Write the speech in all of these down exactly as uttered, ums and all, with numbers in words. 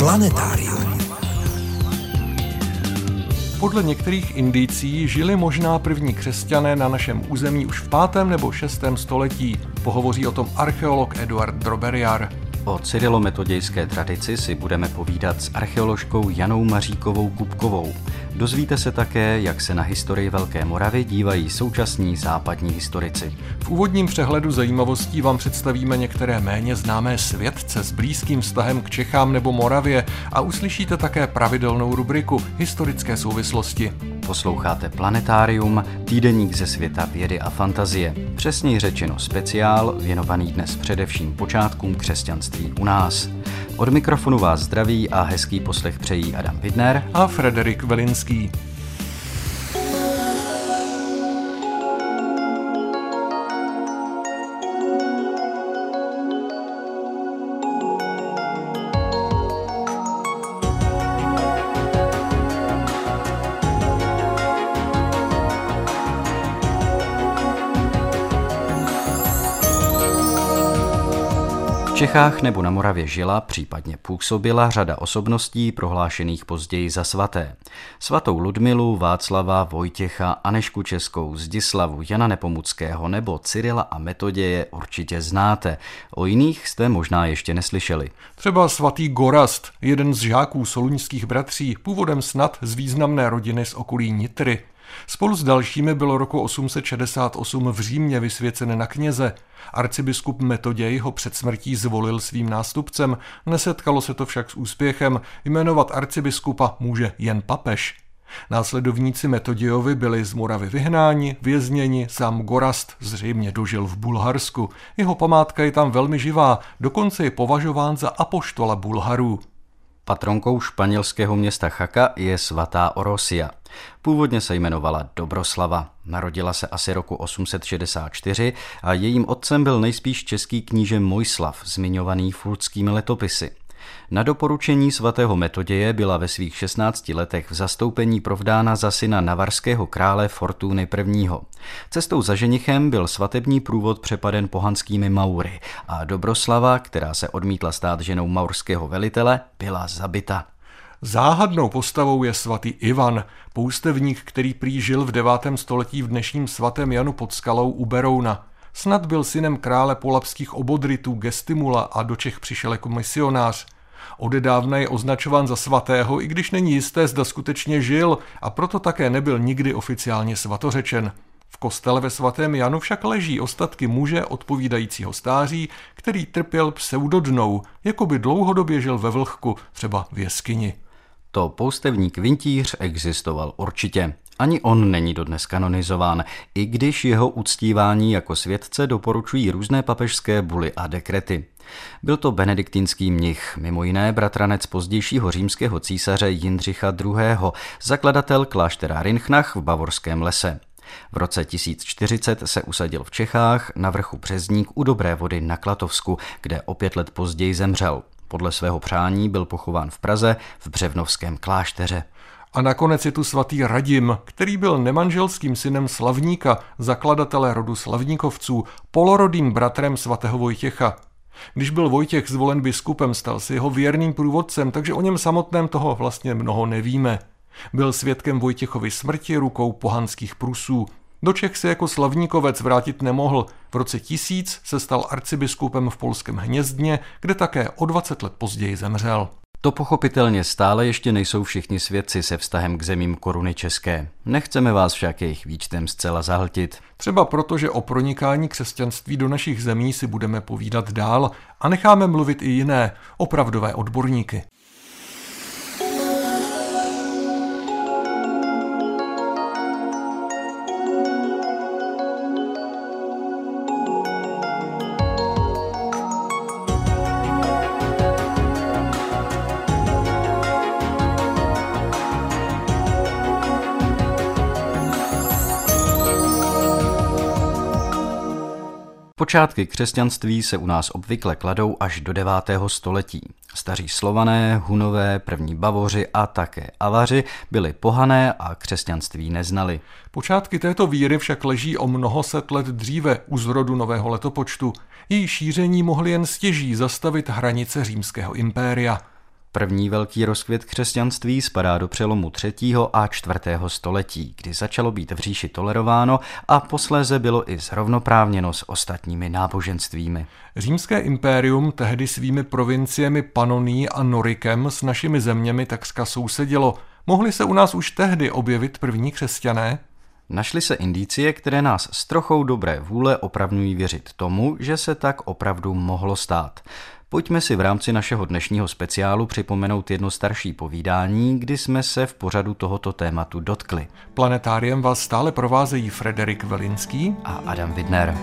Planetárium. Podle některých indicí žili možná první křesťané na našem území už v pátém nebo šestém století. Pohovoří o tom archeolog Eduard Droberiar. O cyrilometodějské tradici si budeme povídat s archeoložkou Janou Maříkovou Kupkovou. Dozvíte se také, jak se na historii Velké Moravy dívají současní západní historici. V úvodním přehledu zajímavostí vám představíme některé méně známé svědce s blízkým vztahem k Čechám nebo Moravě a uslyšíte také pravidelnou rubriku Historické souvislosti. Posloucháte Planetárium, týdeník ze světa vědy a fantazie. Přesněji řečeno speciál, věnovaný dnes především počátkům křesťanství u nás. Od mikrofonu vás zdraví a hezký poslech přejí Adam Widner a Frederik Velinský. V Čechách nebo na Moravě žila, případně působila řada osobností prohlášených později za svaté. Svatou Ludmilu, Václava, Vojtěcha, Anežku Českou, Zdislavu, Jana Nepomuckého nebo Cyrila a Metoděje určitě znáte. O jiných jste možná ještě neslyšeli. Třeba svatý Gorazd, jeden z žáků soluňských bratří, původem snad z významné rodiny z okolí Nitry. Spolu s dalšími bylo roku osm set šedesát osm v Římě vysvěcen na kněze. Arcibiskup Metoděj ho před smrtí zvolil svým nástupcem, nesetkalo se to však s úspěchem, jmenovat arcibiskupa může jen papež. Následovníci Metodějovi byli z Moravy vyhnáni, vězněni, sám Gorazd zřejmě dožil v Bulharsku. Jeho památka je tam velmi živá, dokonce je považován za apoštola Bulharů. Patronkou španělského města Jaca je svatá Orosia. Původně se jmenovala Dobroslava. Narodila se asi roku osm set šedesát čtyři a jejím otcem byl nejspíš český kníže Mojslav, zmiňovaný furdskými letopisy. Na doporučení svatého Metoděje byla ve svých šestnácti letech v zastoupení provdána za syna navarského krále Fortuny prvního. Cestou za ženichem byl svatební průvod přepaden pohanskými Maury a Dobroslava, která se odmítla stát ženou maurského velitele, byla zabita. Záhadnou postavou je svatý Ivan, poustevník, který prý žil v devátém století v dnešním svatém Janu pod Skalou u Berouna. Snad byl synem krále polabských obodritů Gestimula a do Čech přišel jako misionář. Odedávna je označován za svatého, i když není jisté, zda skutečně žil, a proto také nebyl nikdy oficiálně svatořečen. V kostele ve svatém Janu však leží ostatky muže odpovídajícího stáří, který trpěl pseudodnou, jako by dlouhodobě žil ve vlhku, třeba v jeskyni. To poustevník Vintíř existoval určitě. Ani on není dodnes kanonizován, i když jeho uctívání jako světce doporučují různé papežské buly a dekrety. Byl to benediktínský mnich, mimo jiné bratranec pozdějšího římského císaře Jindřicha druhého., zakladatel kláštera Rinchnach v Bavorském lese. V roce tisíc čtyřicet se usadil v Čechách na vrchu Březník u Dobré Vody na Klatovsku, kde o pět let později zemřel. Podle svého přání byl pochován v Praze v Břevnovském klášteře. A nakonec je tu svatý Radim, který byl nemanželským synem Slavníka, zakladatele rodu Slavníkovců, polorodým bratrem svatého Vojtěcha. Když byl Vojtěch zvolen biskupem, stal se jeho věrným průvodcem, takže o něm samotném toho vlastně mnoho nevíme. Byl svědkem Vojtěchovy smrti rukou pohanských Prusů. Do Čech se jako slavníkovec vrátit nemohl. V roce tisíc se stal arcibiskupem v polském Hnězdně, kde také o dvacet let později zemřel. To pochopitelně stále ještě nejsou všichni svědci se vztahem k zemím koruny české. Nechceme vás však jejich výčtem zcela zahltit. Třeba proto, že o pronikání křesťanství do našich zemí si budeme povídat dál a necháme mluvit i jiné, opravdové odborníky. Počátky křesťanství se u nás obvykle kladou až do devátého století. Staří Slované, Hunové, první Bavoři a také Avaři byli pohané a křesťanství neznali. Počátky této víry však leží o mnoho set let dříve u zrodu nového letopočtu. Její šíření mohly jen stěží zastavit hranice římského impéria. První velký rozkvět křesťanství spadá do přelomu třetího a čtvrtého století, kdy začalo být v říši tolerováno a posléze bylo i zrovnoprávněno s ostatními náboženstvími. Římské impérium tehdy svými provinciemi Panonií a Norikem s našimi zeměmi takřka sousedilo. Mohli se u nás už tehdy objevit první křesťané? Našly se indicie, které nás s trochou dobré vůle opravňují věřit tomu, že se tak opravdu mohlo stát. Pojďme si v rámci našeho dnešního speciálu připomenout jedno starší povídání, kdy jsme se v pořadu tohoto tématu dotkli. Planetáriem vás stále provázejí Frederik Velinský a Adam Widner.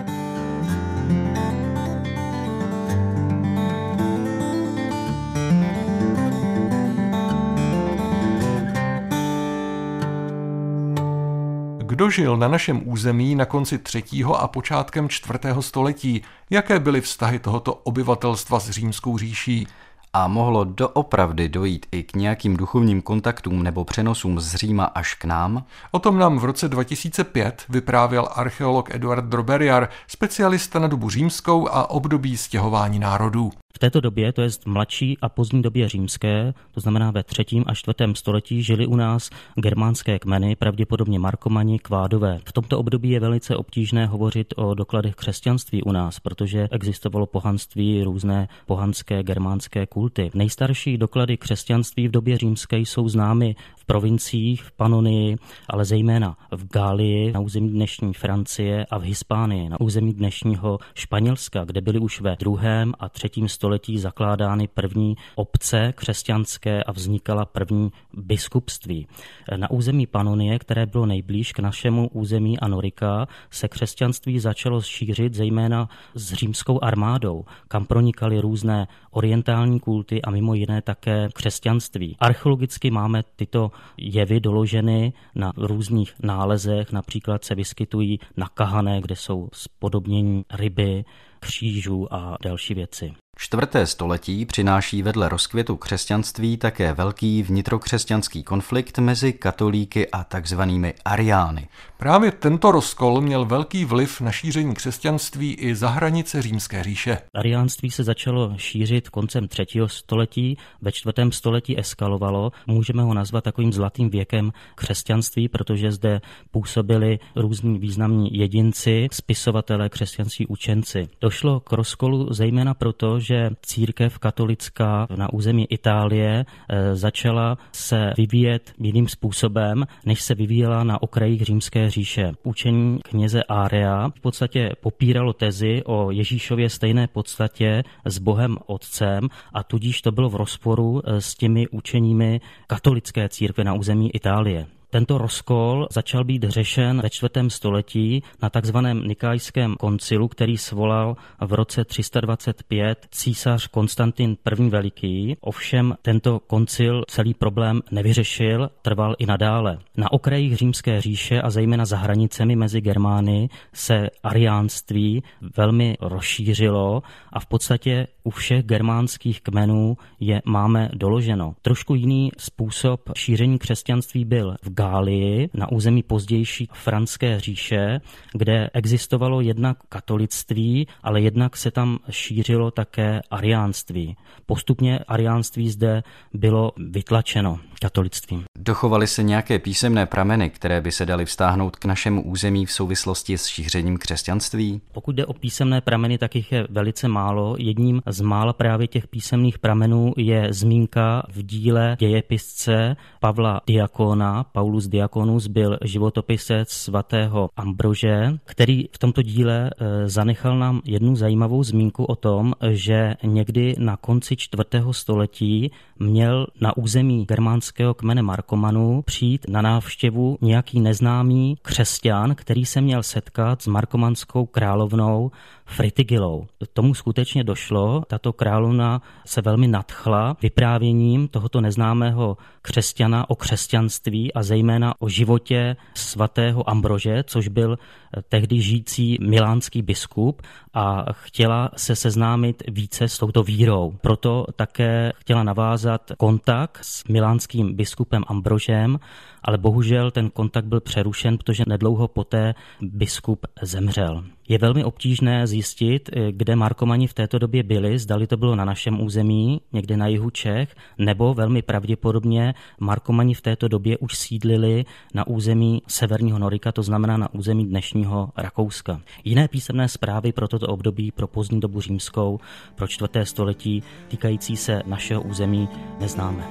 Kdo žil na našem území na konci třetího a počátkem čtvrtého století? Jaké byly vztahy tohoto obyvatelstva s Římskou říší? A mohlo doopravdy dojít i k nějakým duchovním kontaktům nebo přenosům z Říma až k nám? O tom nám v roce dva tisíce pět vyprávěl archeolog Eduard Droberiar, specialista na dobu římskou a období stěhování národů. V této době, to je v mladší a pozdní době římské, to znamená ve třetím a čtvrtém století, žili u nás germánské kmeny, pravděpodobně Markomani, Kvádové. V tomto období je velice obtížné hovořit o dokladech křesťanství u nás, protože existovalo pohanství, různé pohanské germánské kulty. Nejstarší doklady křesťanství v době římské jsou známy v provinciích, v Panonii, ale zejména v Gálii, na území dnešní Francie a v Hispánii, na území dnešního Španělska, kde byly už ve druhém a třetím století zakládány první obce křesťanské a vznikala první biskupství. Na území Panonie, které bylo nejblíž k našemu území a Norika, se křesťanství začalo šířit zejména s římskou armádou, kam pronikaly různé orientální kulty a mimo jiné také křesťanství. Archeologicky máme tyto jevy doloženy na různých nálezech, například se vyskytují na Kahané, kde jsou spodobnění ryby, křížů a další věci. Čtvrté století přináší vedle rozkvětu křesťanství také velký vnitrokřesťanský konflikt mezi katolíky a takzvanými ariány. Právě tento rozkol měl velký vliv na šíření křesťanství i za hranice Římské říše. Ariánství se začalo šířit koncem třetího století, ve čtvrtém století eskalovalo. Můžeme ho nazvat takovým zlatým věkem křesťanství, protože zde působili různí významní jedinci, spisovatelé, křesťanští učenci. Došlo k rozkolu zejména proto, že církev katolická na území Itálie začala se vyvíjet jiným způsobem, než se vyvíjela na okrajích Římské říše. Učení kněze Área v podstatě popíralo tezi o Ježíšově stejné podstatě s Bohem Otcem a tudíž to bylo v rozporu s těmi učeními katolické církve na území Itálie. Tento rozkol začal být řešen ve čtvrtém století na takzvaném Nikajském koncilu, který svolal v roce tři sta dvacet pět císař Konstantin I. Veliký. Ovšem tento koncil celý problém nevyřešil, trval i nadále. Na okrajích Římské říše a zejména za hranicemi mezi Germány se ariánství velmi rozšířilo a v podstatě u všech germánských kmenů je máme doloženo. Trošku jiný způsob šíření křesťanství byl v Gálii, na území pozdější Franské říše, kde existovalo jednak katolictví, ale jednak se tam šířilo také ariánství. Postupně ariánství zde bylo vytlačeno katolictvím. Dochovaly se nějaké písemné prameny, které by se daly vztáhnout k našemu území v souvislosti s šířením křesťanství? Pokud jde o písemné prameny, tak jich je velice málo. Jedním z mála právě těch písemných pramenů je zmínka v díle dějepisce Pavla Diakona. Paulus Diakonus byl životopisec svatého Ambrože, který v tomto díle zanechal nám jednu zajímavou zmínku o tom, že někdy na konci čtvrtého století měl na území germánského kmene Markomanů přijít na návštěvu nějaký neznámý křesťan, který se měl setkat s markomanskou královnou Fritigilou. Tomu skutečně došlo, tato královna se velmi nadchla vyprávěním tohoto neznámého křesťana o křesťanství a zejména o životě svatého Ambrože, což byl tehdy žijící milánský biskup a chtěla se seznámit více s touto vírou. Proto také chtěla navázat kontakt s milánským biskupem Ambrožem, ale bohužel ten kontakt byl přerušen, protože nedlouho poté biskup zemřel. Je velmi obtížné zjistit, kde Markomani v této době byli, zdali to bylo na našem území, někde na jihu Čech, nebo velmi pravděpodobně Markomani v této době už sídlili na území severního Norika, to znamená na území dnešního Rakouska. Jiné písemné zprávy pro toto období, pro pozdní dobu římskou, pro čtvrté století týkající se našeho území neznáme.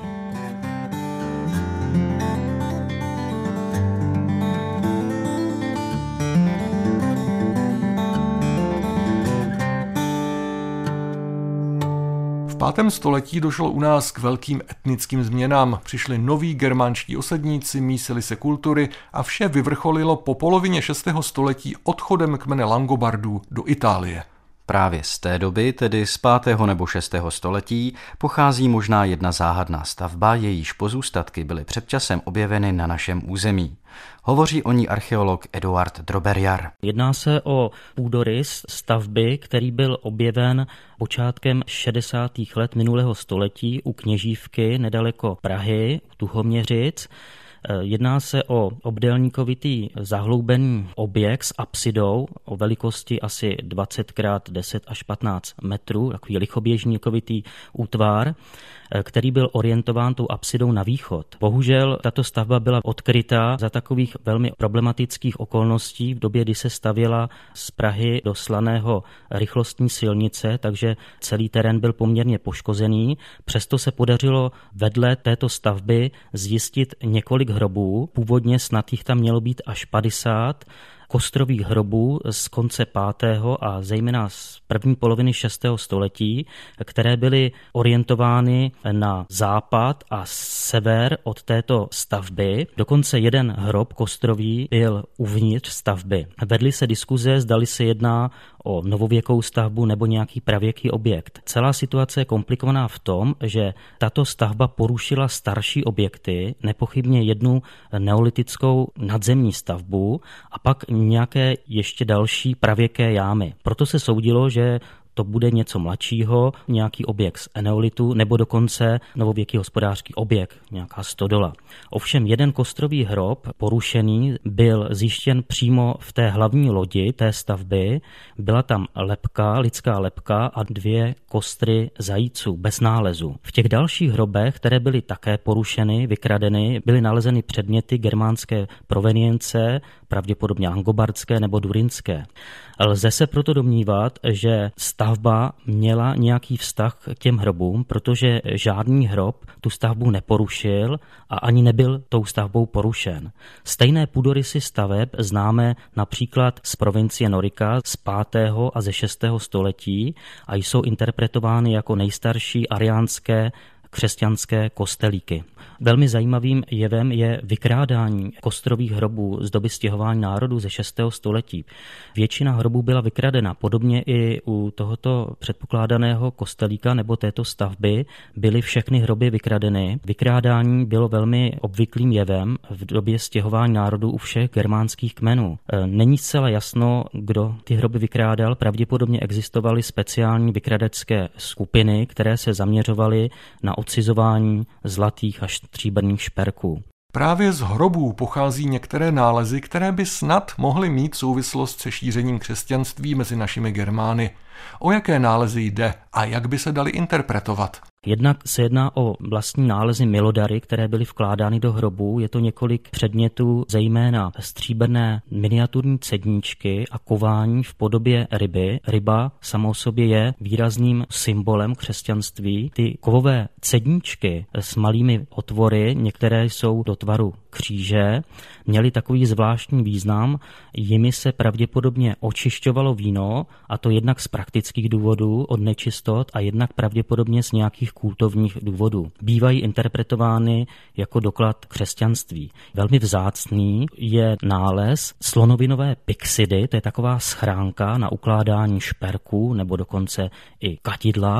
V pátém století došlo u nás k velkým etnickým změnám. Přišli noví germánští osadníci, mísily se kultury a vše vyvrcholilo po polovině šestého století odchodem kmene Langobardů do Itálie. Právě z té doby, tedy z pátého nebo šestého století, pochází možná jedna záhadná stavba, jejíž pozůstatky byly před časem objeveny na našem území. Hovoří o ní archeolog Eduard Droberjar. Jedná se o půdorys stavby, který byl objeven počátkem šedesátých let minulého století u Kněžívky nedaleko Prahy, u Tuchoměřic. Jedná se o obdélníkovitý zahloubený objekt s apsidou o velikosti asi dvacet krát deset až patnáct metrů, takový lichoběžníkovitý útvar, který byl orientován tou apsidou na východ. Bohužel tato stavba byla odkryta za takových velmi problematických okolností v době, kdy se stavěla z Prahy do Slaného rychlostní silnice, takže celý terén byl poměrně poškozený. Přesto se podařilo vedle této stavby zjistit několik hrobů. Původně snad jich tam mělo být až padesát kostrových hrobů z konce pátého a zejména z první poloviny šestého století, které byly orientovány na západ a sever od této stavby. Dokonce jeden hrob kostrový byl uvnitř stavby. Vedly se diskuze, zdali se jedná o novověkou stavbu nebo nějaký pravěký objekt. Celá situace je komplikovaná v tom, že tato stavba porušila starší objekty, nepochybně jednu neolitickou nadzemní stavbu a pak nějaké ještě další pravěké jámy. Proto se soudilo, že to bude něco mladšího, nějaký objekt z eneolitu nebo dokonce novověký hospodářský objekt, nějaká stodola. Ovšem jeden kostrový hrob porušený byl zjištěn přímo v té hlavní lodi té stavby. Byla tam lebka, lidská lebka a dvě kostry zajíců bez nálezu. V těch dalších hrobech, které byly také porušeny, vykradeny, byly nalezeny předměty germánské provenience, pravděpodobně angobardské nebo durinské. Lze se proto domnívat, že stavba měla nějaký vztah k těm hrobům, protože žádný hrob tu stavbu neporušil a ani nebyl tou stavbou porušen. Stejné půdorysy staveb známe například z provincie Norika z pátého a ze šestého století a jsou interpretovány jako nejstarší ariánské křesťanské kostelíky. Velmi zajímavým jevem je vykrádání kostrových hrobů z doby stěhování národů ze šestého století. Většina hrobů byla vykradena. Podobně i u tohoto předpokládaného kostelíka nebo této stavby byly všechny hroby vykradeny. Vykrádání bylo velmi obvyklým jevem v době stěhování národů u všech germánských kmenů. Není zcela jasno, kdo ty hroby vykrádal. Pravděpodobně existovaly speciální vykradecké skupiny, které se zaměřovaly na odcizování zlatých až stříbrných šperků. Právě z hrobů pochází některé nálezy, které by snad mohly mít souvislost se šířením křesťanství mezi našimi Germány. O jaké nálezy jde a jak by se daly interpretovat? Jednak se jedná o vlastní nálezy milodary, které byly vkládány do hrobů. Je to několik předmětů, zejména stříbrné miniaturní cedníčky a kování v podobě ryby. Ryba sama o sobě je výrazným symbolem křesťanství. Ty kovové cedníčky s malými otvory, některé jsou do tvaru kříže, měly takový zvláštní význam. Jimi se pravděpodobně očišťovalo víno, a to jednak z praktických důvodů od nečistot a jednak pravděpodobně z nějakých kultovních důvodů. Bývají interpretovány jako doklad křesťanství. Velmi vzácný je nález slonovinové pyxidy, to je taková schránka na ukládání šperků nebo dokonce i katidla.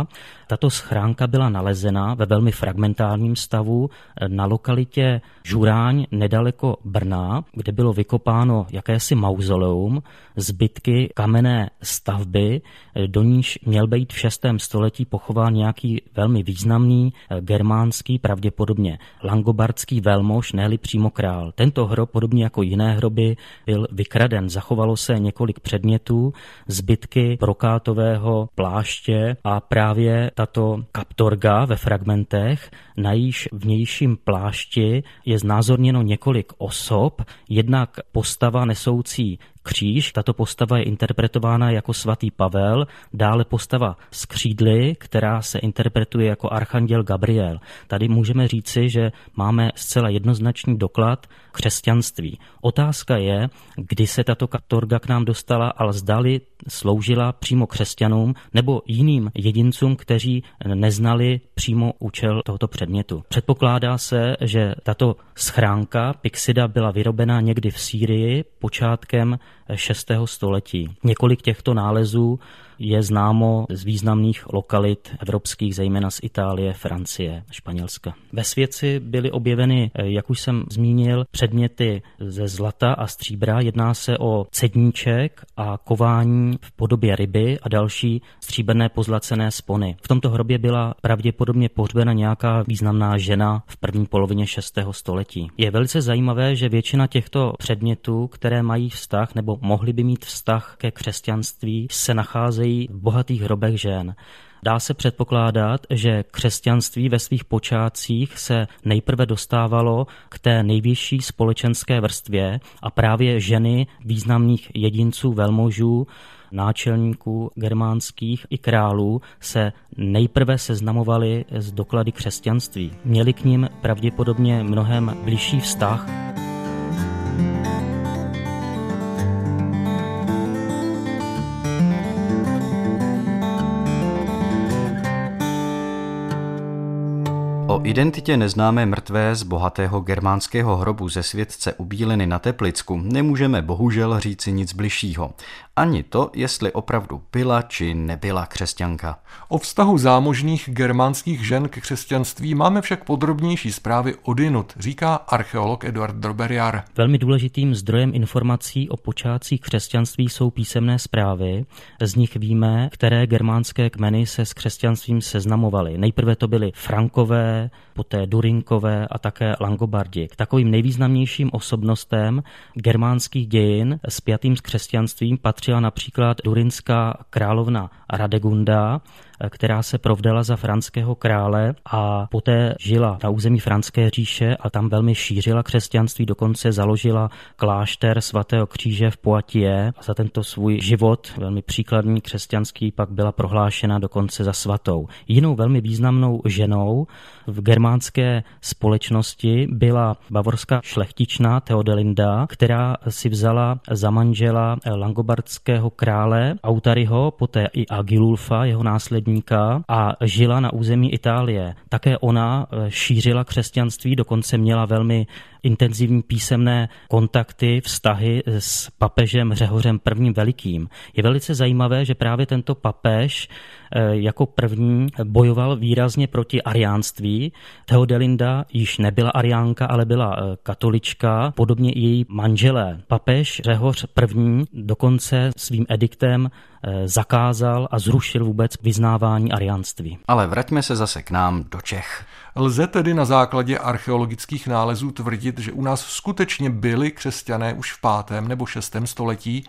Tato schránka byla nalezena ve velmi fragmentárním stavu na lokalitě Žuráň nedaleko Brna, kde bylo vykopáno jakési mauzoleum, zbytky kamenné stavby, do níž měl být v šestém století pochován nějaký velmi významný germánský, pravděpodobně langobardský velmož, ne-li přímo král. Tento hrob, podobně jako jiné hroby, byl vykraden. Zachovalo se několik předmětů, zbytky brokátového pláště a právě tato kaptorga ve fragmentech, na jejíž vnějším plášti je znázorněno několik osob, jednak postava nesoucí kříž, tato postava je interpretována jako svatý Pavel, dále postava s křídly, která se interpretuje jako archanděl Gabriel. Tady můžeme říci, že máme zcela jednoznačný doklad křesťanství. Otázka je, kdy se tato kaptorga k nám dostala, ale zdali sloužila přímo křesťanům nebo jiným jedincům, kteří neznali přímo účel tohoto předmětu. Předpokládá se, že tato schránka Pyxida byla vyrobena někdy v Sýrii počátkem šestého století. Několik těchto nálezů je známo z významných lokalit evropských, zejména z Itálie, Francie, Španělska. Ve světci byly objeveny, jak už jsem zmínil, předměty ze zlata a stříbra. Jedná se o cedníček a kování v podobě ryby a další stříbrné pozlacené spony. V tomto hrobě byla pravděpodobně pohřbena nějaká významná žena v první polovině šestého století. Je velice zajímavé, že většina těchto předmětů, které mají vztah nebo mohly by mít vztah ke křesťanství, se nacházejí v bohatých hrobech žen. Dá se předpokládat, že křesťanství ve svých počátcích se nejprve dostávalo k té nejvyšší společenské vrstvě a právě ženy významných jedinců, velmožů, náčelníků germánských i králů se nejprve seznamovali s doklady křesťanství. Měli k nim pravděpodobně mnohem bližší vztah. O identitě neznámé mrtvé z bohatého germánského hrobu ze světce u Bíliny na Teplicku nemůžeme bohužel říci nic bližšího. Ani to, jestli opravdu byla či nebyla křesťanka. O vztahu zámožných germánských žen k křesťanství máme však podrobnější zprávy odjinud, říká archeolog Eduard Droberiar. Velmi důležitým zdrojem informací o počátcích křesťanství jsou písemné zprávy. Z nich víme, které germánské kmeny se s křesťanstvím seznamovaly. Nejprve to byly Frankové, poté Durinkové a také Langobardi. K takovým nejvýznamnějším osobnostem germánských dějin spjatým s křesťanstvím patřila například durinská královna Radegunda, která se provdala za franského krále a poté žila na území Franské říše a tam velmi šířila křesťanství, dokonce založila klášter svatého kříže v Poitiers a za tento svůj život, velmi příkladný křesťanský, pak byla prohlášena dokonce za svatou. Jinou velmi významnou ženou v germánské společnosti byla bavorská šlechtična Theodelinda, která si vzala za manžela langobardského krále Autaryho, poté i Agilulfa, jeho následníka, a žila na území Itálie. Také ona šířila křesťanství, dokonce měla velmi intenzivní písemné kontakty, vztahy s papežem Řehořem prvním Velikým. Je velice zajímavé, že právě tento papež jako první bojoval výrazně proti ariánství. Theodelinda již nebyla ariánka, ale byla katolička, podobně i její manželé. Papež Řehoř první dokonce svým ediktem zakázal a zrušil vůbec vyznávání ariánství. Ale vraťme se zase k nám do Čech. Lze tedy na základě archeologických nálezů tvrdit, že u nás skutečně byli křesťané už v pátém nebo šestém století?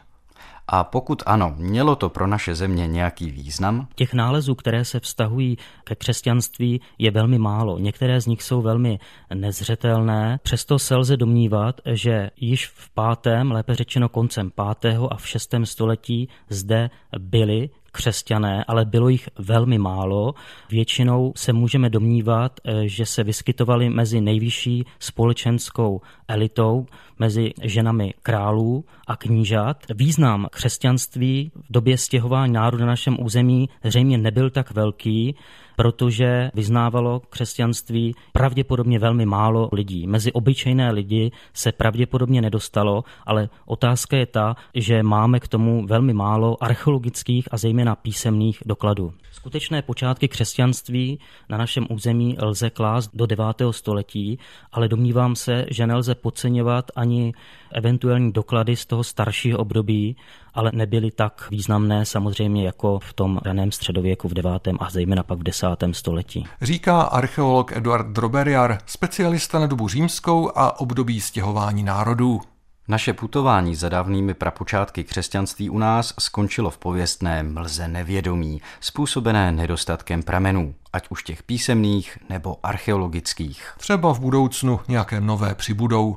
A pokud ano, mělo to pro naše země nějaký význam? Těch nálezů, které se vztahují ke křesťanství, je velmi málo. Některé z nich jsou velmi nezřetelné, přesto se lze domnívat, že již v pátém, lépe řečeno koncem pátého a v šestém století zde byli křesťané, ale bylo jich velmi málo. Většinou se můžeme domnívat, že se vyskytovali mezi nejvyšší společenskou elitou, mezi ženami králů a knížat. Význam křesťanství v době stěhování národů na našem území zřejmě nebyl tak velký, protože vyznávalo křesťanství pravděpodobně velmi málo lidí. Mezi obyčejné lidi se pravděpodobně nedostalo, ale otázka je ta, že máme k tomu velmi málo archeologických a zejména písemných dokladů. Skutečné počátky křesťanství na našem území lze klást do devátého století, ale domnívám se, že nelze podceňovat ani eventuální doklady z toho staršího období, ale nebyly tak významné samozřejmě jako v tom raném středověku v devátém a zejména pak v desátém století. Říká archeolog Eduard Droberiar, specialista na dobu římskou a období stěhování národů. Naše putování za dávnými prapočátky křesťanství u nás skončilo v pověstné mlze nevědomí, způsobené nedostatkem pramenů, ať už těch písemných nebo archeologických. Třeba v budoucnu nějaké nové přibudou.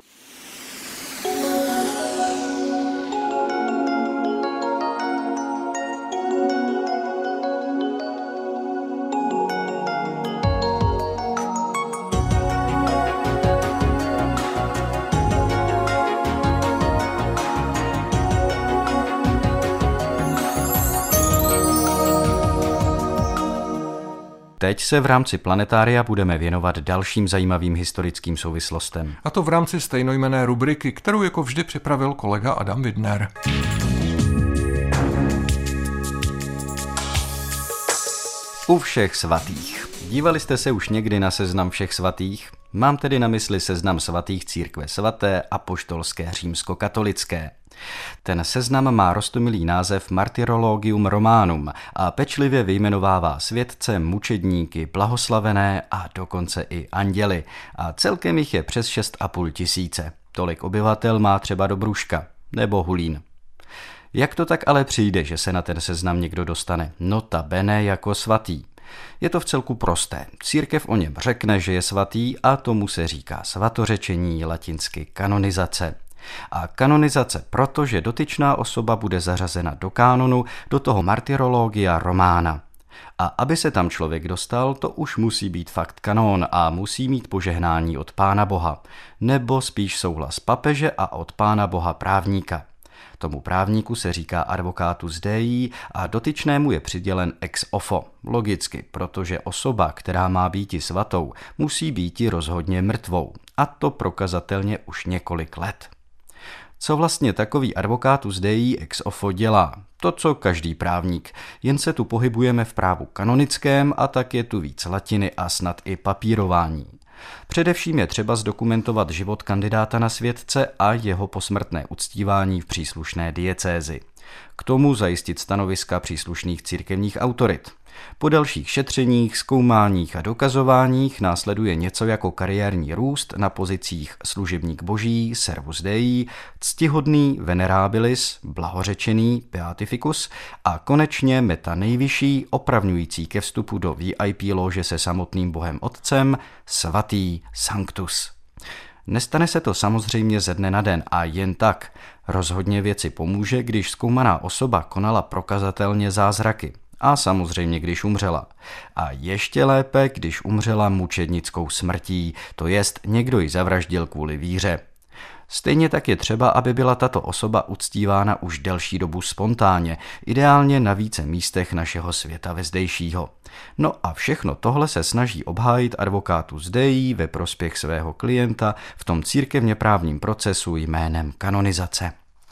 Teď se v rámci Planetária budeme věnovat dalším zajímavým historickým souvislostem. A to v rámci stejnojmenné rubriky, kterou jako vždy připravil kolega Adam Widner. U všech svatých. Dívali jste se už někdy na seznam všech svatých? Mám tedy na mysli seznam svatých církve svaté apoštolské římskokatolické. Ten seznam má roztomilý název Martyrologium Romanum a pečlivě vyjmenovává světce, mučedníky, blahoslavené a dokonce i anděly. A celkem jich je přes šest a půl tisíce. Tolik obyvatel má třeba Dobruška nebo Hulín. Jak to tak ale přijde, že se na ten seznam někdo dostane? Notabene jako svatý. Je to vcelku prosté. Církev o něm řekne, že je svatý a tomu se říká svatořečení, latinsky kanonizace. A kanonizace proto, že dotyčná osoba bude zařazena do kánonu, do toho Martyrologia Romana. A aby se tam člověk dostal, to už musí být fakt kanón a musí mít požehnání od Pána Boha, nebo spíš souhlas papeže a od Pána Boha právníka. Tomu právníku se říká advocatus Dei a dotyčnému je přidělen ex ofo. Logicky, protože osoba, která má býti svatou, musí býti rozhodně mrtvou. A to prokazatelně už několik let. Co vlastně takový advocatus Dei ex ofo dělá? To, co každý právník, jen se tu pohybujeme v právu kanonickém a tak je tu víc latiny a snad i papírování. Především je třeba zdokumentovat život kandidáta na světce a jeho posmrtné uctívání v příslušné diecézi. K tomu zajistit stanoviska příslušných církevních autorit. Po dalších šetřeních, zkoumáních a dokazováních následuje něco jako kariérní růst na pozicích služebník boží, servus Dei, ctihodný venerabilis, blahořečený, beatificus a konečně meta nejvyšší, opravňující ke vstupu do V I P lože se samotným Bohem Otcem, svatý sanctus. Nestane se to samozřejmě ze dne na den a jen tak. Rozhodně věci pomůže, když zkoumaná osoba konala prokazatelně zázraky. A samozřejmě, když umřela. A ještě lépe, když umřela mučednickou smrtí, to jest někdo ji zavraždil kvůli víře. Stejně tak je třeba, aby byla tato osoba uctívána už delší dobu spontánně, ideálně na více místech našeho světa vezdejšího. No a všechno tohle se snaží obhájit advocatus Dei ve prospěch svého klienta v tom církevně právním procesu jménem kanonizace.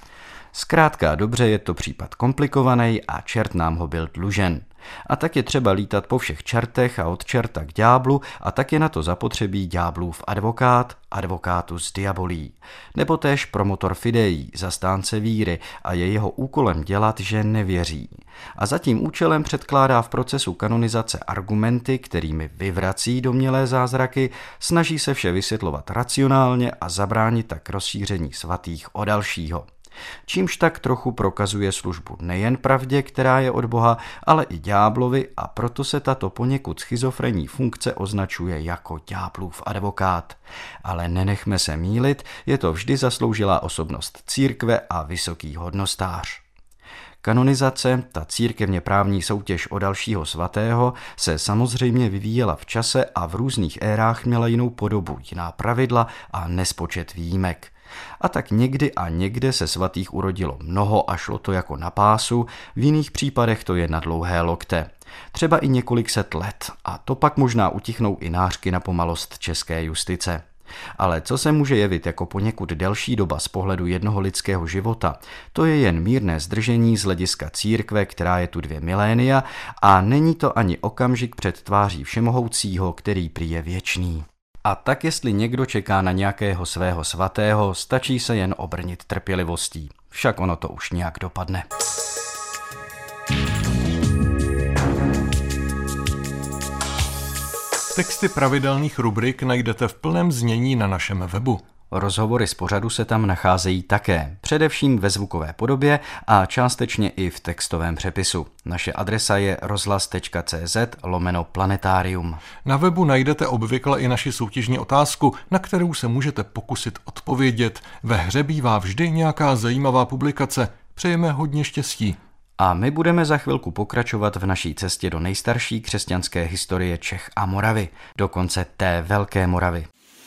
Zkrátka a dobře je to případ komplikovaný a čert nám ho byl dlužen. A tak je třeba lítat po všech čertech a od čerta k ďáblu a tak je na to zapotřebí ďáblův advokát, advocatus diabolí, nebo též promotor fidei, zastánce víry a je jeho úkolem dělat, že nevěří. A za tím účelem předkládá v procesu kanonizace argumenty, kterými vyvrací domnělé zázraky, snaží se vše vysvětlovat racionálně a zabránit tak rozšíření svatých o dalšího. Čímž tak trochu prokazuje službu nejen pravdě, která je od Boha, ale i ďáblovi a proto se tato poněkud schizofrenní funkce označuje jako ďáblův advokát. Ale nenechme se mýlit, je to vždy zasloužilá osobnost církve a vysoký hodnostář. Kanonizace, ta církevně právní soutěž o dalšího svatého, se samozřejmě vyvíjela v čase a v různých érách měla jinou podobu, jiná pravidla a nespočet výjimek. A tak někdy a někde se svatých urodilo mnoho a šlo to jako na pásu, v jiných případech to je na dlouhé lokte. Třeba i několik set let, a to pak možná utichnou i nářky na pomalost české justice. Ale co se může jevit jako poněkud delší doba z pohledu jednoho lidského života, to je jen mírné zdržení z hlediska církve, která je tu dvě milénia, a není to ani okamžik před tváří všemohoucího, který prý je věčný. A tak jestli někdo čeká na nějakého svého svatého, stačí se jen obrnit trpělivostí. Však ono to už nějak dopadne. Texty pravidelných rubrik najdete v plném znění na našem webu. Rozhovory z pořadu se tam nacházejí také, především ve zvukové podobě a částečně i v textovém přepisu. Naše adresa je rozhlas.cz lomeno planetarium. Na webu najdete obvykle i naši soutěžní otázku, na kterou se můžete pokusit odpovědět. Ve hře bývá vždy nějaká zajímavá publikace. Přejeme hodně štěstí. A my budeme za chvilku pokračovat v naší cestě do nejstarší křesťanské historie Čech a Moravy, dokonce té Velké Moravy.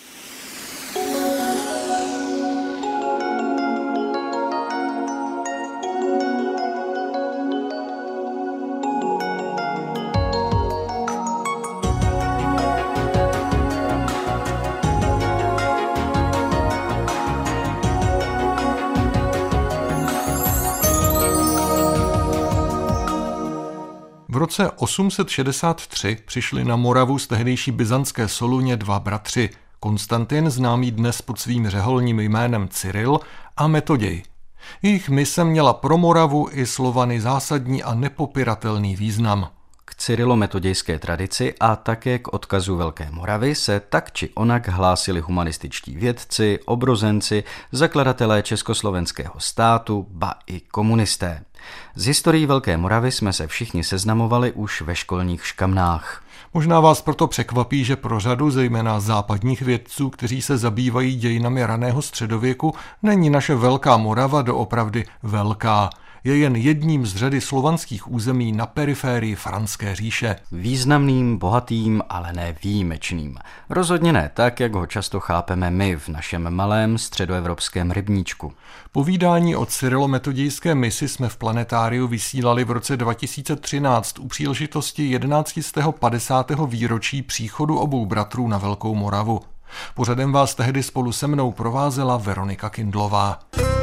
V roce osm set šedesát tři přišli na Moravu z tehdejší byzantské Soluně dva bratři, Konstantin, známý dnes pod svým řeholním jménem Cyril, a Metoděj. Jejich mise měla pro Moravu i Slovany zásadní a nepopiratelný význam. K cyrilometodějské tradici a také k odkazu Velké Moravy se tak či onak hlásili humanističtí vědci, obrozenci, zakladatelé československého státu, ba i komunisté. Z historií Velké Moravy jsme se všichni seznamovali už ve školních škamnách. Možná vás proto překvapí, že pro řadu zejména západních vědců, kteří se zabývají dějinami raného středověku, není naše Velká Morava doopravdy velká. Je jen jedním z řady slovanských území na periférii Franské říše. Významným, bohatým, ale ne výjimečným. Rozhodně ne tak, jak ho často chápeme my v našem malém středoevropském rybníčku. Povídání o cyrilo-metodějské misi jsme v Planetáriu vysílali v roce dva tisíce třináct u příležitosti tisíc padesátého výročí příchodu obou bratrů na Velkou Moravu. Pořadem vás tehdy spolu se mnou provázela Veronika Kindlová.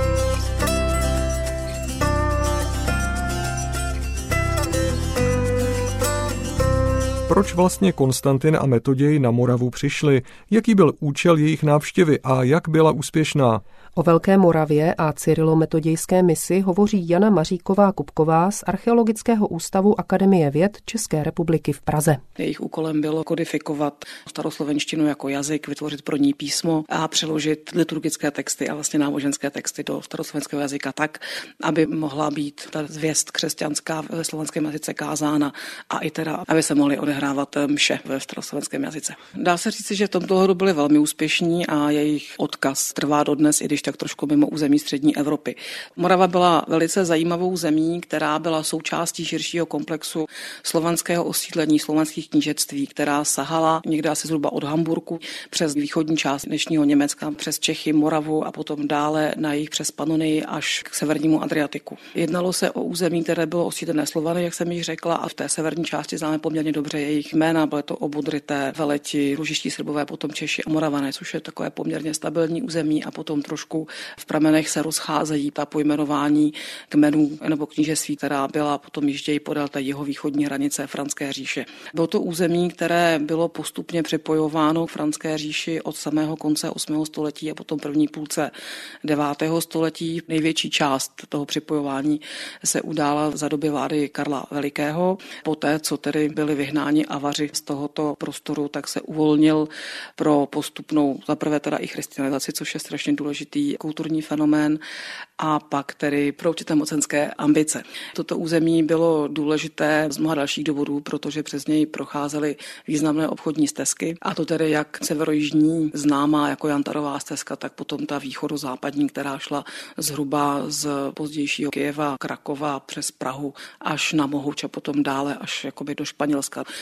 Proč vlastně Konstantin a Metoděj na Moravu přišli? Jaký byl účel jejich návštěvy a jak byla úspěšná? O Velké Moravě a cyrilo-metodějské misi hovoří Jana Maříková-Kupková z Archeologického ústavu Akademie věd České republiky v Praze. Jejich úkolem bylo kodifikovat staroslovenštinu jako jazyk, vytvořit pro ní písmo a přeložit liturgické texty a vlastně náboženské texty do staroslovenského jazyka tak, aby mohla být ta zvěst křesťanská ve slovanském jazyce kázána a i teda, aby se mohly odehrávat mše ve staroslovenském jazyce. Dá se říci, že v tomto ohledu byli velmi úspěšní a jejich odkaz trvá dodnes, i když tak trošku mimo území střední Evropy. Morava byla velice zajímavou zemí, která byla součástí širšího komplexu slovanského osídlení, slovanských knížectví, která sahala někde asi zhruba od Hamburku přes východní část dnešního Německa, přes Čechy, Moravu a potom dále na jih přes Panonii až k severnímu Adriatiku. Jednalo se o území, které bylo osídlené Slovany, jak jsem již řekla, a v té severní části známe poměrně dobře jejich jména, byly to Obudrité, Veleti, Lužiští Srbové, potom Češi a Moravané, což je takové poměrně stabilní území, a potom trošku v pramenech se rozcházejí ta pojmenování kmenů nebo knížectví, která byla potom jižději podél té jihovýchodní hranice Franské říše. Bylo to území, které bylo postupně připojováno k Franské říši od samého konce osmého století a potom první půlce devátého století. Největší část toho připojování se udála za doby vlády Karla Velikého. Poté, co tedy byli vyhnáni Avaři z tohoto prostoru, tak se uvolnil pro postupnou zaprvé teda i christianizaci, což je strašně důležitý kulturní fenomén, a pak tedy pro určité mocenské ambice. Toto území bylo důležité z mnoha dalších důvodů, protože přes něj procházely významné obchodní stezky, a to tedy jak severojižní známá jako Jantarová stezka, tak potom ta východozápadní, která šla zhruba z pozdějšího Kyjeva, Krakova přes Prahu až na Mohuč a potom dále až jakoby do Španělska.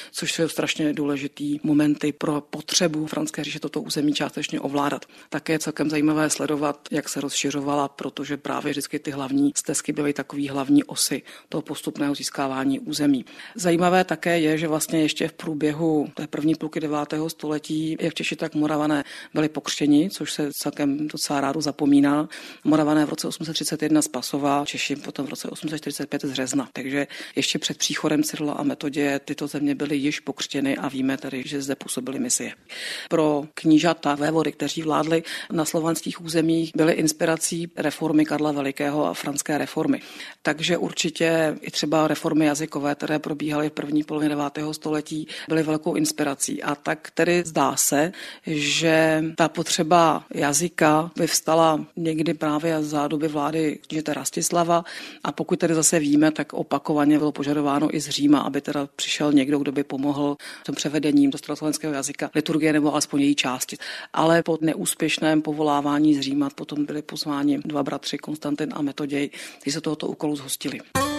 což jsou strašně důležitý momenty pro potřebu Franské říše toto území částečně ovládat. Také je celkem zajímavé sledovat, jak se rozšiřovala, protože právě vždycky ty hlavní stezky byly takový hlavní osy toho postupného získávání území. Zajímavé také je, že vlastně ještě v průběhu té první půlky devátého století jak Češi, tak Moravané byli pokřtěni, což se celkem docela rádo zapomíná. Moravané v roce osm set třicet jedna z Pasova, Češi potom v roce osm set čtyřicet pět z Řezna. Takže ještě před příchodem Cyrila a Metoděje tyto země byly již pokřtěny a víme tedy, že zde působily misie. Pro knížata, vévody, kteří vládli na slovanských územích, byly inspirací reformy Karla Velikého a franské reformy. Takže určitě i třeba reformy jazykové, které probíhaly v první polovině devátého století, byly velkou inspirací. A tak tedy zdá se, že ta potřeba jazyka vyvstala někdy právě za doby vlády knížete Rastislava a pokud tedy zase víme, tak opakovaně bylo požadováno i z Říma, aby teda přišel někdo, kdo by pomohl tím převedením do staroslovenského jazyka liturgie nebo alespoň její části. Ale po neúspěšném povolávání z Říma potom byli pozváni dva bratři Konstantin a Metoděj, kteří se tohoto úkolu zhostili.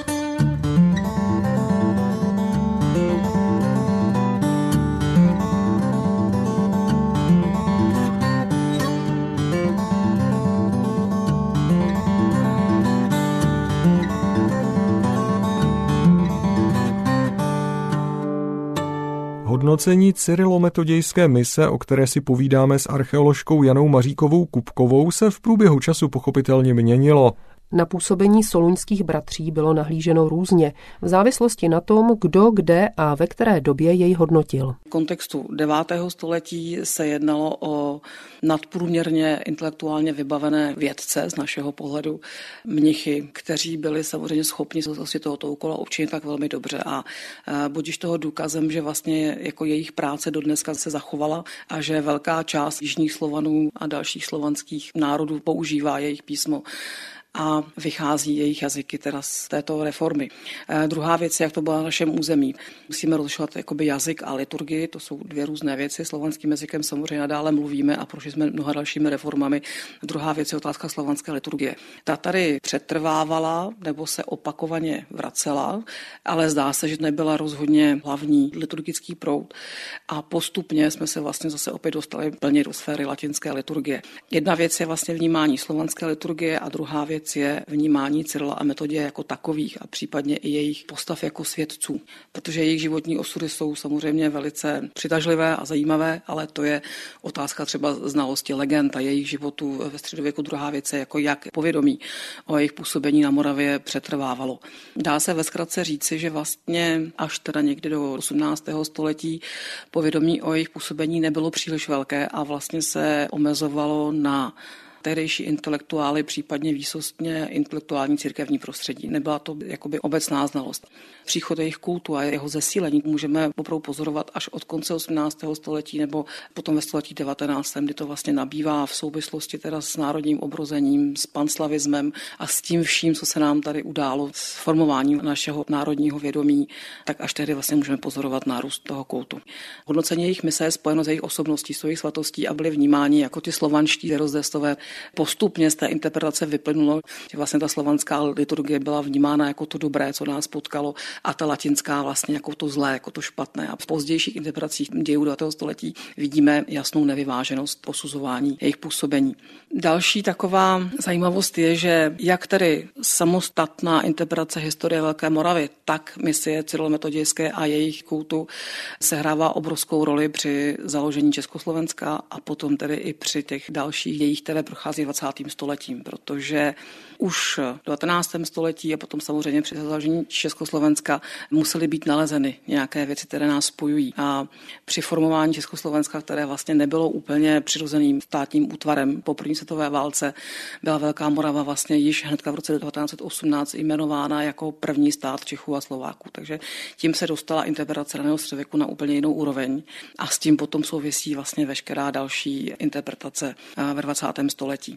Hodnocení cyrilometodějské mise, o které si povídáme s archeoložkou Janou Maříkovou Kupkovou, se v průběhu času pochopitelně měnilo. Na působení soluňských bratří bylo nahlíženo různě, v závislosti na tom, kdo, kde a ve které době jej hodnotil. V kontextu devátého století se jednalo o nadprůměrně intelektuálně vybavené vědce z našeho pohledu, mnichy, kteří byli samozřejmě schopni si tohoto úkola učinit tak velmi dobře a budiž toho důkazem, že vlastně jako jejich práce do dneska se zachovala a že velká část jižních Slovanů a dalších slovanských národů používá jejich písmo a vychází jejich jazyky teda z této reformy. E, druhá věc je, jak to bylo na našem území. Musíme rozlišovat jakoby jazyk a liturgii, to jsou dvě různé věci. Slovanským jazykem samozřejmě nadále mluvíme a prošli jsme mnoha dalšími reformami. Druhá věc je otázka slovanské liturgie. Ta tady přetrvávala nebo se opakovaně vracela, ale zdá se, že nebyla rozhodně hlavní liturgický proud a postupně jsme se vlastně zase opět dostali plně do sféry latinské liturgie. Jedna věc je vlastně vnímání slovanské liturgie a druhá věc je vnímání Cyrila a Metoděje jako takových a případně i jejich postav jako svědců, protože jejich životní osudy jsou samozřejmě velice přitažlivé a zajímavé, ale to je otázka třeba znalosti legend a jejich životů ve středověku. Druhá věc je, jako jak povědomí o jejich působení na Moravě přetrvávalo. Dá se ve zkratce říci, že vlastně až teda někdy do osmnáctého století povědomí o jejich působení nebylo příliš velké a vlastně se omezovalo na tehdejší intelektuály, případně výsostně intelektuální církevní prostředí. Nebyla to jakoby obecná znalost. Příchod jejich kultu a jeho zesílení můžeme opravdu pozorovat až od konce osmnáctého století nebo potom ve století devatenáctém, kdy to vlastně nabývá v souvislosti teda s národním obrozením, s panslavismem a s tím vším, co se nám tady událo s formováním našeho národního vědomí, tak až tehdy vlastně můžeme pozorovat nárůst toho kultu. Hodnocení jejich mise je spojeno s jejich osobností, s jejich svatostí a byli vnímáni jako ty slovanští rozdestové. Postupně z té interpretace vyplynulo, že vlastně ta slovanská liturgie byla vnímána jako to dobré, co nás potkalo, a ta latinská vlastně jako to zlé, jako to špatné. A v pozdějších interpretacích dějů devátého století vidíme jasnou nevyváženost posuzování jejich působení. Další taková zajímavost je, že jak tedy samostatná interpretace historie Velké Moravy, tak misie cyrilo-metodějské a jejich kultu sehrává obrovskou roli při založení Československa a potom tedy i při těch dalších dějích, které prochází dvacátým stoletím, protože už v devatenáctém století a potom samozřejmě při založení Československa musely být nalezeny nějaké věci, které nás spojují. A při formování Československa, které vlastně nebylo úplně přirozeným státním útvarem po první světové válce, byla Velká Morava vlastně již hnedka v roce devatenáct set osmnáct jmenována jako první stát Čechů a Slováků. Takže tím se dostala interpretace raného středověku na úplně jinou úroveň a s tím potom souvisí vlastně veškerá další interpretace ve dvacátém století.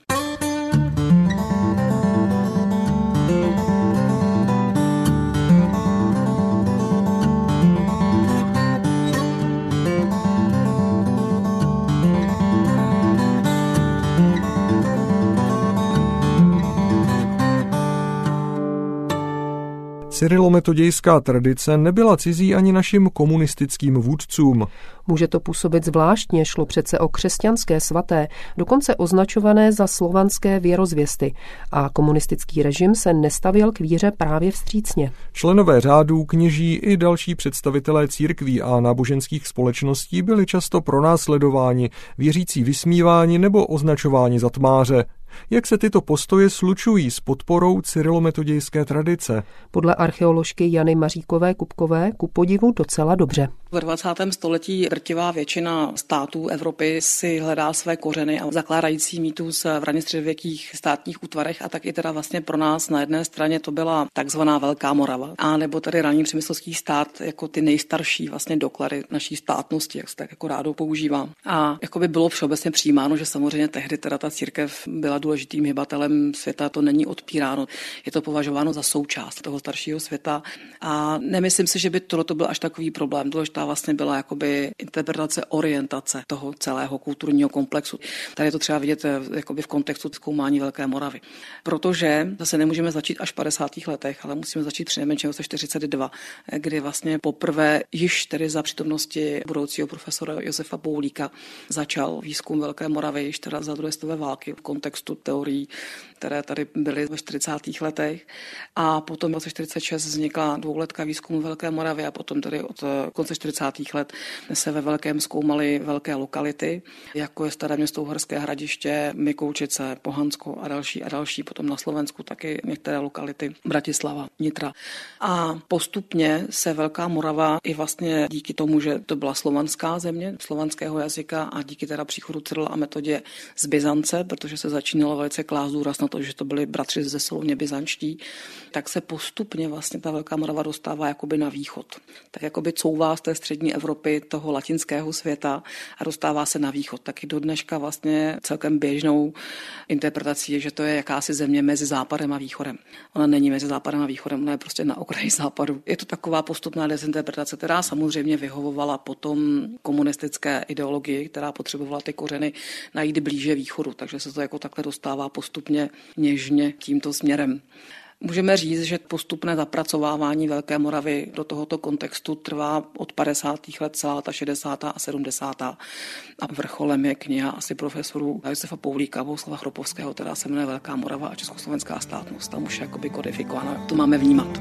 Cyrilometodějská tradice nebyla cizí ani našim komunistickým vůdcům. Může to působit zvláštně, šlo přece o křesťanské svaté, dokonce označované za slovanské věrozvěsty, a komunistický režim se nestavěl k víře právě vstřícně. Členové řádů, kněží i další představitelé církví a náboženských společností byli často pronásledováni, věřící vysmíváni nebo označováni za tmáře. Jak se tyto postoje slučují s podporou cyrilometodějské tradice? Podle archeoložky Jany Maříkové-Kupkové ku podivu docela dobře. Ve dvacátém století drtivá většina států Evropy si hledá své kořeny a zakládající mýtus v raně středověkých státních útvarech, a tak i teda vlastně pro nás na jedné straně to byla takzvaná Velká Morava, a nebo tady raný přemyslovský stát jako ty nejstarší vlastně doklady naší státnosti, jak se tak jako rádo používá. A jako by bylo všeobecně přijímáno, že samozřejmě tehdy teda ta církev byla důležitým hybatelem světa, to není odpíráno. Je to považováno za součást toho staršího světa a nemyslím si, že by tohle byl až takový problém. Důležitá vlastně byla jakoby interpretace, orientace toho celého kulturního komplexu. Tady je to třeba vidět jakoby v kontextu zkoumání Velké Moravy. Protože zase nemůžeme začít až v padesátých letech, ale musíme začít přinejmenším v čtyřicet dva, kdy vlastně poprvé již tedy za přítomnosti budoucího profesora Josefa Boulíka začal výzkum Velké Moravy již teda za druhé světové války v kontextu teorií, které tady byly ve čtyřicátých letech. A potom v roce čtyřicet šest vznikla dvouletka výzkumu Velké Moravy a potom tedy od konce čtyřicátých let se ve velkém zkoumaly velké lokality, jako je Staré Město Uherské Hradiště, Mikoučice, Pohansko a další a další. Potom na Slovensku taky některé lokality, Bratislava, Nitra. A postupně se Velká Morava i vlastně díky tomu, že to byla slovanská země, slovanského jazyka a díky teda příchodu Cyrila a Metodie z Byzance, protože se začínalo velice klást důraz na to, že to byli bratři ze Soluně byzančtí, tak se postupně vlastně ta Velká Morava dostává jakoby na východ. Tak jakoby couvá z té střední Evropy toho latinského světa a dostává se na východ. Taky do dneška vlastně celkem běžnou interpretací je, že to je jakási země mezi západem a východem. Ona není mezi západem a východem, ona je prostě na okraji západu. Je to taková postupná dezinterpretace, která samozřejmě vyhovovala potom komunistické ideologii, která potřebovala ty kořeny najít blíže východu, takže se to jako takhle dostává postupně něžně tímto směrem. Můžeme říct, že postupné zapracovávání Velké Moravy do tohoto kontextu trvá od padesátých let celá ta šedesátá a sedmdesátá a vrcholem je kniha asi profesorů Josefa Poulíka a Bohuslava Chropovského, která se jmenuje Velká Morava a československá státnost. Tam už je jakoby kodifikováno, jak to máme vnímat.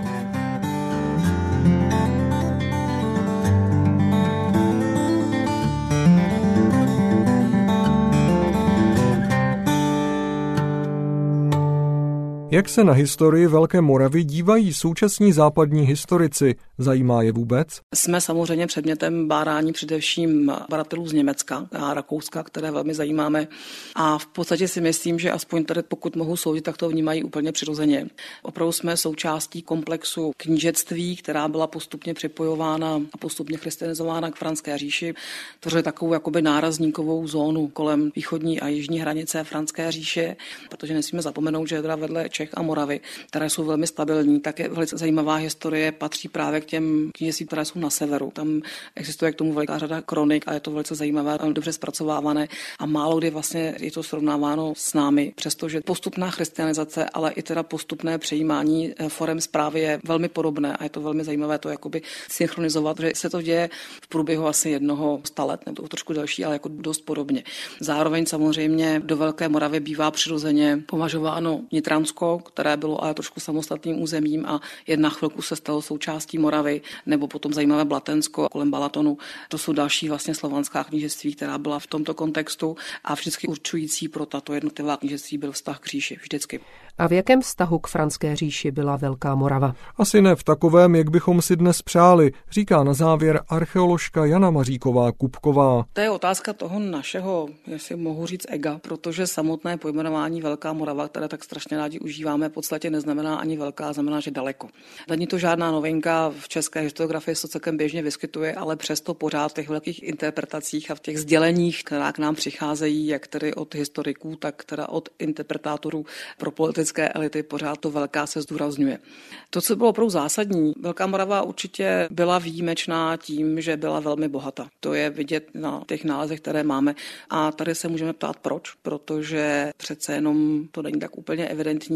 Jak se na historii Velké Moravy dívají současní západní historici? Zajímá je vůbec? Jsme samozřejmě předmětem bádání především badatelů z Německa a Rakouska, které velmi zajímáme. A v podstatě si myslím, že aspoň tady, pokud mohu soudit, tak to vnímají úplně přirozeně. Opravdu jsme součástí komplexu knížectví, která byla postupně připojována a postupně christianizována k Franské říši. To je takovou jakoby nárazníkovou zónu kolem východní a jižní hranice Franské říše, protože nesmíme zapomenout, že teda vedle Čech a Moravy, které jsou velmi stabilní, tak je velice zajímavá historie, patří právě k těm kněžstvím, které jsou na severu. Tam existuje k tomu veliká řada kronik a je to velice zajímavé a dobře zpracovávané a málo kdy vlastně je to srovnáváno s námi, přestože postupná christianizace, ale i teda postupné přejímání forem správy je velmi podobné a je to velmi zajímavé to jakoby synchronizovat, že se to děje v průběhu asi jednoho sta let, nebo trošku delší, ale jako dost podobně. Zároveň samozřejmě do Velké Moravy bývá přirozeně považováno Nitransko, které bylo ale trošku samostatným územím a jedna chvilku se stalo součástí Moravy, nebo potom zajímavé Blatensko kolem Balatonu. To jsou další vlastně slovanská knížectví, která byla v tomto kontextu a vždycky určující pro tato jednotlivá knížectví byl vztah k říši, vždycky. A v jakém vztahu k Franské říši byla Velká Morava? Asi ne v takovém, jak bychom si dnes přáli, říká na závěr archeoložka Jana Maříková-Kupková. To je otázka toho našeho, jestli mohu říct, ega, protože samotné pojmenování Velká Morava, které tak strašně rádi užíváme, v podstatě neznamená ani velká, znamená, že daleko. Není to žádná novinka, v české historiografii se celkem běžně vyskytuje, ale přesto pořád v těch velkých interpretacích a v těch sděleních, která k nám přicházejí, jak tedy od historiků, tak teda od interpretátorů pro politické elity, pořád to velká se zdůrazňuje. To, co bylo opravdu zásadní, Velká Morava určitě byla výjimečná tím, že byla velmi bohatá. To je vidět na těch nálezech, které máme. A tady se můžeme ptát proč, protože přece jenom to není tak úplně evidentní.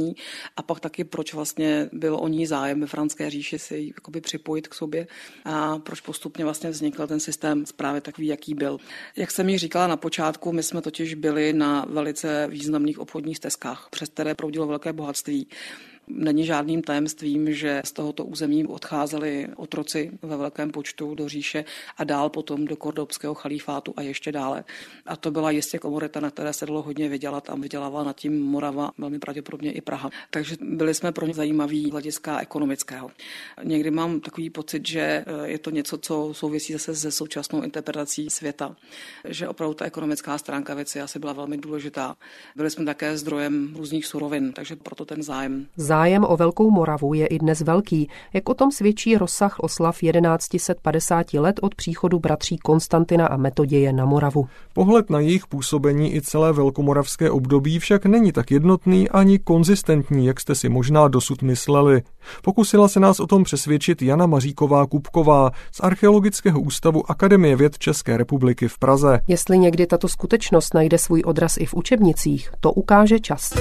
ní a pak taky proč vlastně byl o ní zájem ve Franské říši si ji jakoby připojit k sobě a proč postupně vlastně vznikl ten systém správy takový, jaký byl. Jak jsem ji říkala na počátku, my jsme totiž byli na velice významných obchodních stezkách, přes které proudilo velké bohatství. Není žádným tajemstvím, že z tohoto území odcházeli otroci ve velkém počtu do říše a dál potom do kordobského chalífátu a ještě dále. A to byla jistě komodita, na které se dalo hodně vydělat a vydělávala nad tím Morava, velmi pravděpodobně i Praha. Takže byli jsme pro ně zajímaví z hlediska ekonomického. Někdy mám takový pocit, že je to něco, co souvisí zase se současnou interpretací světa, že opravdu ta ekonomická stránka věci asi byla velmi důležitá. Byli jsme také zdrojem různých surovin, takže proto ten zájem. Zájem o Velkou Moravu je i dnes velký, jak o tom svědčí rozsah oslav tisíc jedna stě padesát let od příchodu bratří Konstantina a Metoděje na Moravu. Pohled na jejich působení i celé velkomoravské období však není tak jednotný ani konzistentní, jak jste si možná dosud mysleli. Pokusila se nás o tom přesvědčit Jana Maříková-Kupková z Archeologického ústavu Akademie věd České republiky v Praze. Jestli někdy tato skutečnost najde svůj odraz i v učebnicích, to ukáže čas.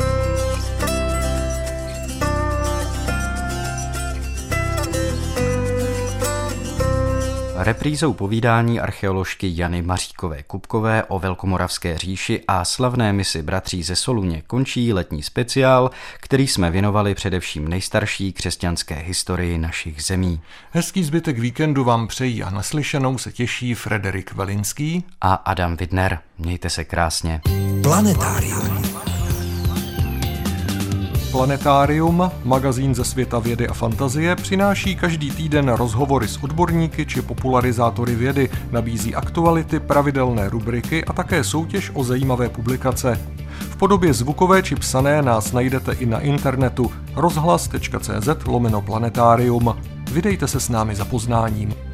Reprízou povídání archeoložky Jany Maříkové-Kupkové o Velkomoravské říši a slavné misi bratří ze Soluně končí letní speciál, který jsme věnovali především nejstarší křesťanské historii našich zemí. Hezký zbytek víkendu vám přejí a naslyšenou se těší Frederik Velinský a Adam Widner. Mějte se krásně. Planetárium. Planetárium, magazín ze světa vědy a fantazie, přináší každý týden rozhovory s odborníky či popularizátory vědy, nabízí aktuality, pravidelné rubriky a také soutěž o zajímavé publikace. V podobě zvukové či psané nás najdete i na internetu rozhlas tečka cé zet lomeno planetárium. Vydejte se s námi za poznáním.